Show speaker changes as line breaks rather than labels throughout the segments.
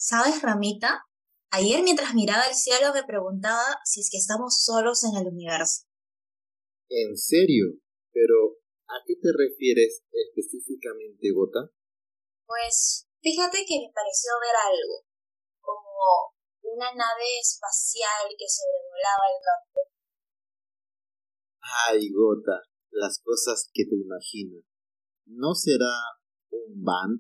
¿Sabes, Ramita? Ayer mientras miraba el cielo me preguntaba si es que estamos solos en el universo.
¿En serio? Pero, ¿a qué te refieres específicamente, Gota?
Pues fíjate que me pareció ver algo, como una nave espacial que sobrevolaba el campo.
Ay, Gota, las cosas que te imaginas. ¿No será un band?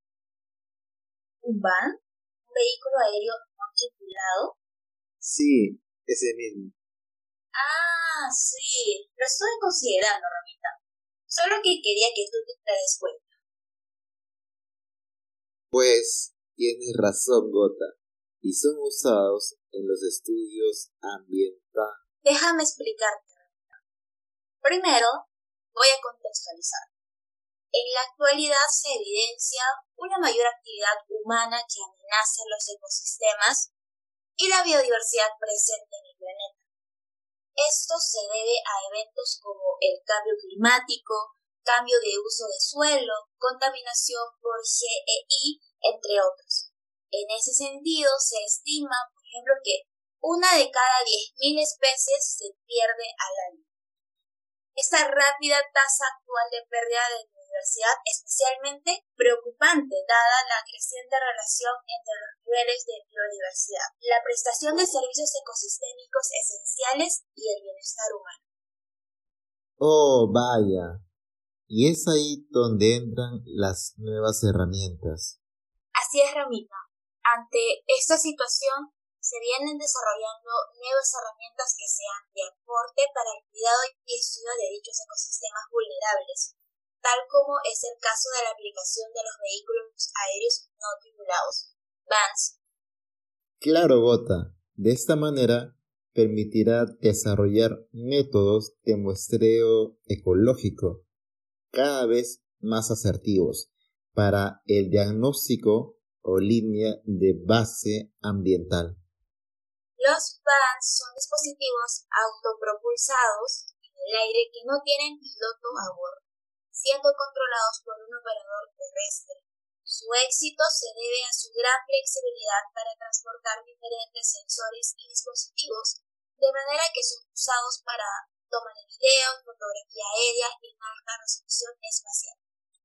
¿Un van? ¿Un vehículo aéreo no tripulado?
Sí, ese mismo.
Ah, sí, lo estoy considerando, Ramita. Solo que quería que tú te des cuenta.
Pues, tienes razón, Gota. Y son usados en los estudios ambientales.
Déjame explicarte. Primero, voy a contextualizar. En la actualidad se evidencia una mayor actividad humana que amenaza los ecosistemas y la biodiversidad presente en el planeta. Esto se debe a eventos como el cambio climático, cambio de uso de suelo, contaminación por GEI, entre otros. En ese sentido, se estima, por ejemplo, que una de cada 10.000 especies se pierde al año. Esta rápida tasa actual de pérdida de biodiversidad es especialmente preocupante dada la creciente relación entre los niveles de biodiversidad, la prestación de servicios ecosistémicos esenciales y el bienestar humano.
Oh, vaya. Y es ahí donde entran las nuevas herramientas.
Así es, Ramita. Ante esta situación, se vienen desarrollando nuevas herramientas que sean de aporte para el cuidado y estudio de dichos ecosistemas vulnerables, tal como es el caso de la aplicación de los vehículos aéreos no tripulados, VANS.
Claro, Gota. De esta manera permitirá desarrollar métodos de muestreo ecológico cada vez más asertivos para el diagnóstico o línea de base ambiental.
Los VANS son dispositivos autopropulsados en el aire que no tienen piloto a bordo, siendo controlados por un operador terrestre. Su éxito se debe a su gran flexibilidad para transportar diferentes sensores y dispositivos, de manera que son usados para toma de video, fotografía aérea y alta resolución espacial.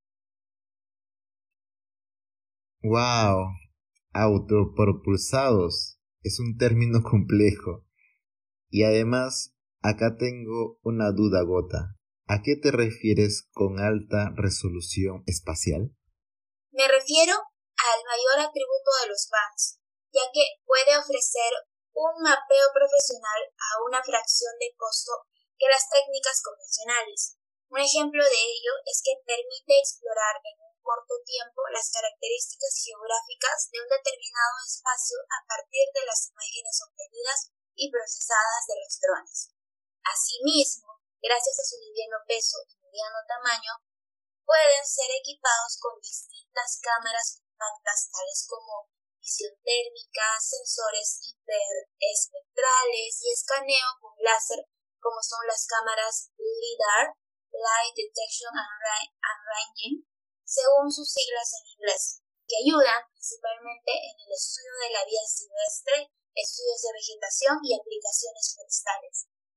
¡Wow! Autopropulsados es un término complejo. Y además, acá tengo una duda, Gota. ¿A qué te refieres con alta resolución espacial?
Me refiero al mayor atributo de los VANs, ya que puede ofrecer un mapeo profesional a una fracción de costo que las técnicas convencionales. Un ejemplo de ello es que permite explorar en un corto tiempo las características geográficas de un determinado espacio a partir de las imágenes obtenidas y procesadas de los drones. Asimismo, gracias a su liviano peso y mediano tamaño, pueden ser equipados con distintas cámaras compactas tales como visión térmica, sensores hiperespectrales y escaneo con láser como son las cámaras LIDAR, Light Detection and Ranging, según sus siglas en inglés, que ayudan principalmente en el estudio de la vida silvestre, estudios de vegetación y aplicaciones forestales.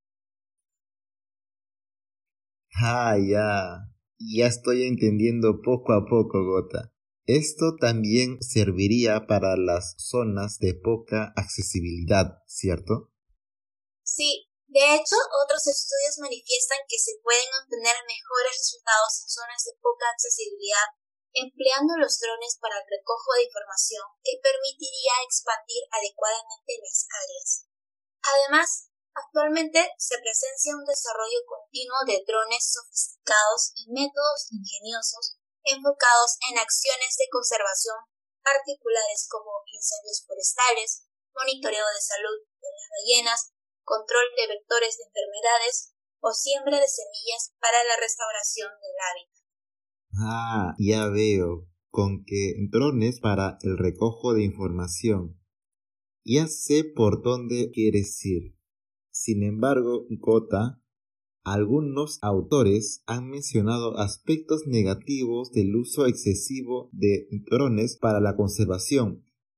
Ah, ya. Ya estoy entendiendo poco a poco, Gota. Esto también serviría para las zonas de poca accesibilidad, ¿cierto?
Sí, de hecho, otros estudios manifiestan que se pueden obtener mejores resultados en zonas de poca accesibilidad empleando los drones para el recojo de información que permitiría expandir adecuadamente las áreas. Además, actualmente se presencia un desarrollo continuo de drones sofisticados y métodos ingeniosos enfocados en acciones de conservación particulares como incendios forestales, monitoreo de salud de las ballenas, control de vectores de enfermedades o siembra de semillas para la restauración del hábitat.
Ah, ya veo. Con que drones para el recojo de información. Ya sé por dónde quieres ir. Sin embargo, Gota, algunos autores han mencionado aspectos negativos del uso excesivo de drones para la conservación,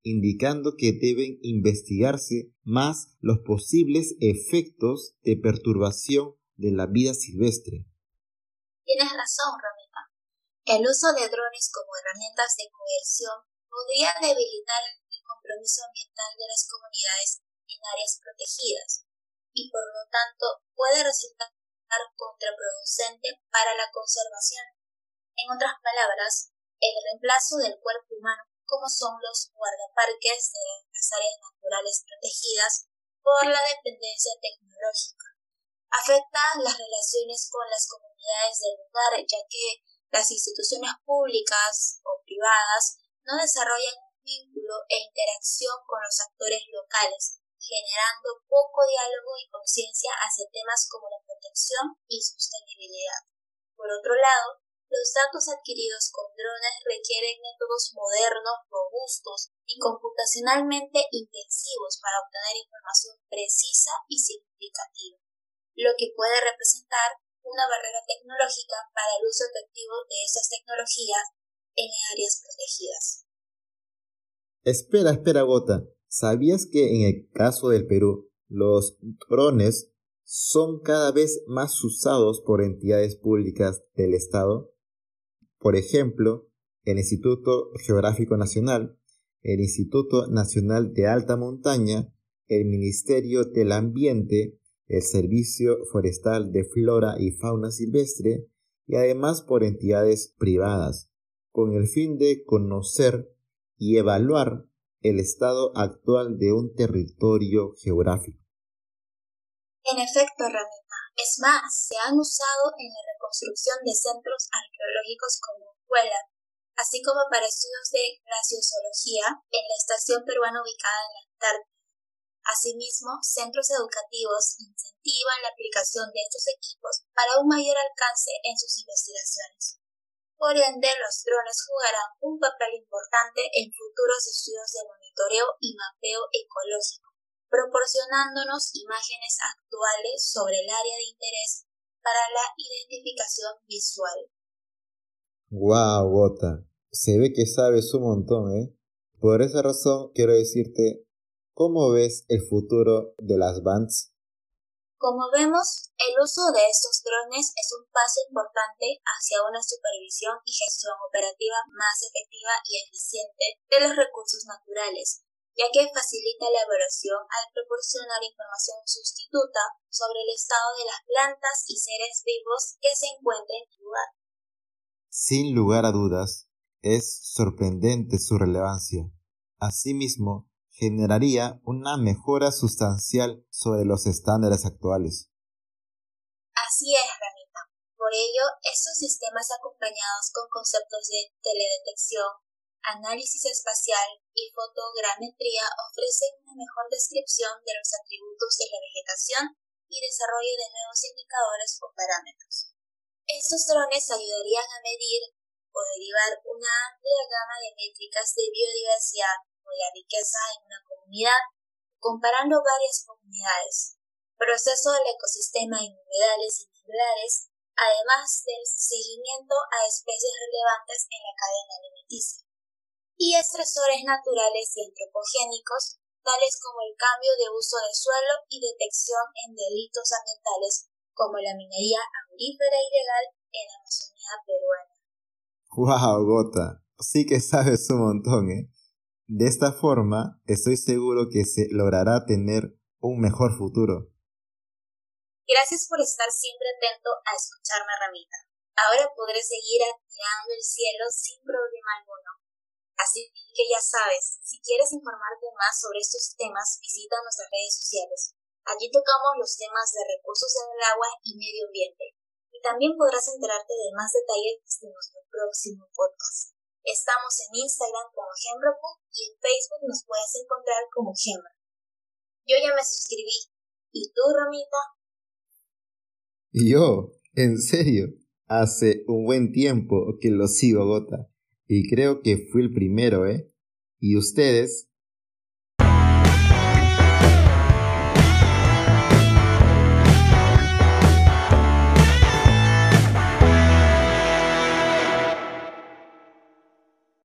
indicando que deben investigarse más los posibles efectos de perturbación de la vida silvestre.
Tienes razón, Ramita. El uso de drones como herramientas de coerción podría debilitar el compromiso ambiental de las comunidades en áreas protegidas y por lo tanto puede resultar contraproducente para la conservación. En otras palabras, el reemplazo del cuerpo humano, como son los guardaparques de las áreas naturales protegidas, por la dependencia tecnológica, afecta las relaciones con las comunidades del lugar, ya que las instituciones públicas o privadas no desarrollan un vínculo e interacción con los actores locales, generando poco diálogo y conciencia hacia temas como la protección y sostenibilidad. Por otro lado, los datos adquiridos con drones requieren métodos modernos, robustos y computacionalmente intensivos para obtener información precisa y significativa, lo que puede representar una barrera tecnológica para el uso efectivo de esas tecnologías en áreas protegidas.
Espera, Gota. ¿Sabías que en el caso del Perú, los drones son cada vez más usados por entidades públicas del Estado? Por ejemplo, el Instituto Geográfico Nacional, el Instituto Nacional de Alta Montaña, el Ministerio del Ambiente, el Servicio Forestal de Flora y Fauna Silvestre y además por entidades privadas, con el fin de conocer y evaluar el estado actual de un territorio geográfico.
En efecto, Ramita, es más, se han usado en la reconstrucción de centros arqueológicos como Huela, así como para estudios de glaciología en la estación peruana ubicada en la Antártida. Asimismo, centros educativos incentivan la aplicación de estos equipos para un mayor alcance en sus investigaciones. Por ende, los drones jugarán un papel importante en futuros estudios de monitoreo y mapeo ecológico, proporcionándonos imágenes actuales sobre el área de interés para la identificación visual.
¡Guau, Gota! Se ve que sabes un montón, ¿eh? Por esa razón quiero decirte, ¿cómo ves el futuro de las bands?
Como vemos, el uso de estos drones es un paso importante hacia una supervisión y gestión operativa más efectiva y eficiente de los recursos naturales, ya que facilita la evaluación al proporcionar información sustituta sobre el estado de las plantas y seres vivos que se encuentren en el lugar.
Sin lugar a dudas, es sorprendente su relevancia. Asimismo, generaría una mejora sustancial sobre los estándares actuales.
Así es, Ramita. Por ello, estos sistemas acompañados con conceptos de teledetección, análisis espacial y fotogrametría ofrecen una mejor descripción de los atributos de la vegetación y desarrollo de nuevos indicadores o parámetros. Estos drones ayudarían a medir o derivar una amplia gama de métricas de biodiversidad o la riqueza en una comunidad, comparando varias comunidades, proceso del ecosistema en humedales y manglares, además del seguimiento a especies relevantes en la cadena alimenticia, y estresores naturales y antropogénicos, tales como el cambio de uso de suelo y detección en delitos ambientales, como la minería aurífera ilegal en la Amazonía peruana.
¡Wow, Gota! Sí que sabes un montón, ¿eh? De esta forma, estoy seguro que se logrará tener un mejor futuro.
Gracias por estar siempre atento a escucharme, Ramita. Ahora podré seguir admirando el cielo sin problema alguno. Así que ya sabes, si quieres informarte más sobre estos temas, visita nuestras redes sociales. Allí tocamos los temas de recursos del agua y medio ambiente. Y también podrás enterarte de más detalles de nuestro próximo podcast. Estamos en Instagram como Gembrapu y en Facebook nos puedes encontrar como Gembra. Yo ya me suscribí. ¿Y tú, Ramita?
¿Y yo? ¿En serio? Hace un buen tiempo que lo sigo, Gota. Y creo que fui el primero, ¿eh? ¿Y ustedes?